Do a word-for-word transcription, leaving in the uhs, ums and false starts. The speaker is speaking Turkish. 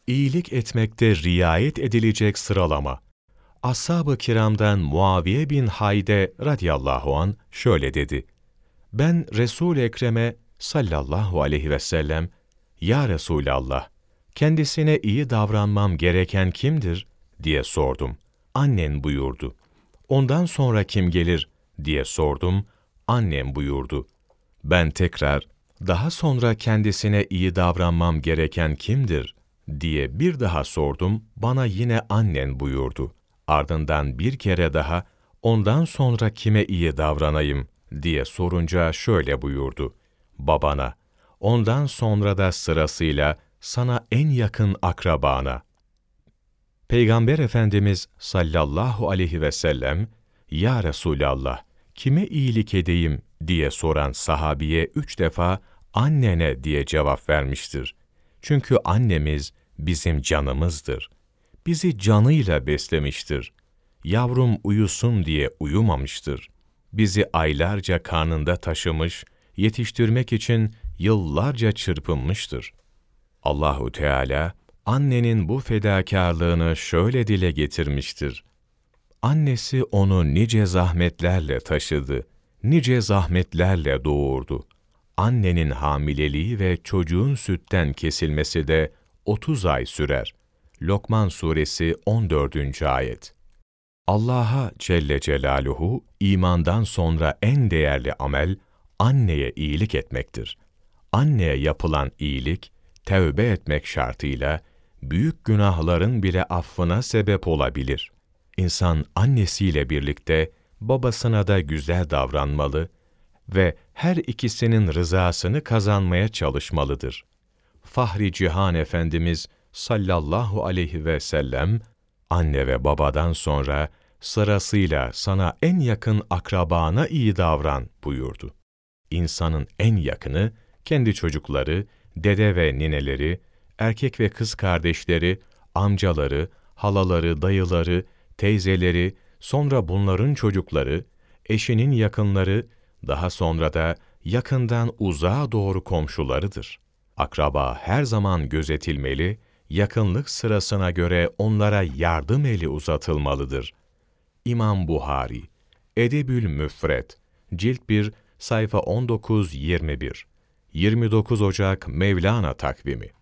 İyilik etmekte riayet edilecek sıralama. Ashab-ı kiramdan Muaviye bin Hayde radıyallahu an şöyle dedi: Ben Resul-i Ekrem'e sallallahu aleyhi ve sellem, "Ya Resulallah, kendisine iyi davranmam gereken kimdir?" diye sordum. Annen buyurdu. "Ondan sonra kim gelir?" diye sordum. Annem buyurdu. Ben tekrar, "Daha sonra kendisine iyi davranmam gereken kimdir?" diye bir daha sordum. Bana yine annen buyurdu. Ardından bir kere daha, "Ondan sonra kime iyi davranayım?" diye sorunca şöyle buyurdu: "Babana, ondan sonra da sırasıyla sana en yakın akrabana." Peygamber Efendimiz sallallahu aleyhi ve sellem, "Ya Resulallah, kime iyilik edeyim?" diye soran sahabiye üç defa "Annene" diye cevap vermiştir. Çünkü annemiz bizim canımızdır. Bizi canıyla beslemiştir. Yavrum uyusun diye uyumamıştır. Bizi aylarca karnında taşımış, yetiştirmek için yıllarca çırpınmıştır. Allahu Teala annenin bu fedakârlığını şöyle dile getirmiştir: Annesi onu nice zahmetlerle taşıdı, nice zahmetlerle doğurdu. Annenin hamileliği ve çocuğun sütten kesilmesi de otuz ay sürer. Lokman Suresi on dördüncü ayet. Allah'a Celle Celaluhu imandan sonra en değerli amel, anneye iyilik etmektir. Anneye yapılan iyilik, tevbe etmek şartıyla, büyük günahların bile affına sebep olabilir. İnsan annesiyle birlikte babasına da güzel davranmalı ve her ikisinin rızasını kazanmaya çalışmalıdır. Fahri Cihan Efendimiz sallallahu aleyhi ve sellem, anne ve babadan sonra sırasıyla sana en yakın akrabana iyi davran buyurdu. İnsanın en yakını, kendi çocukları, dede ve nineleri, erkek ve kız kardeşleri, amcaları, halaları, dayıları, teyzeleri, sonra bunların çocukları, eşinin yakınları, daha sonra da yakından uzağa doğru komşularıdır. Akraba her zaman gözetilmeli, yakınlık sırasına göre onlara yardım eli uzatılmalıdır. İmam Buhari, Edebül Müfred, Cilt bir, sayfa on dokuz yirmi bir, yirmi dokuz Ocak Mevlana takvimi.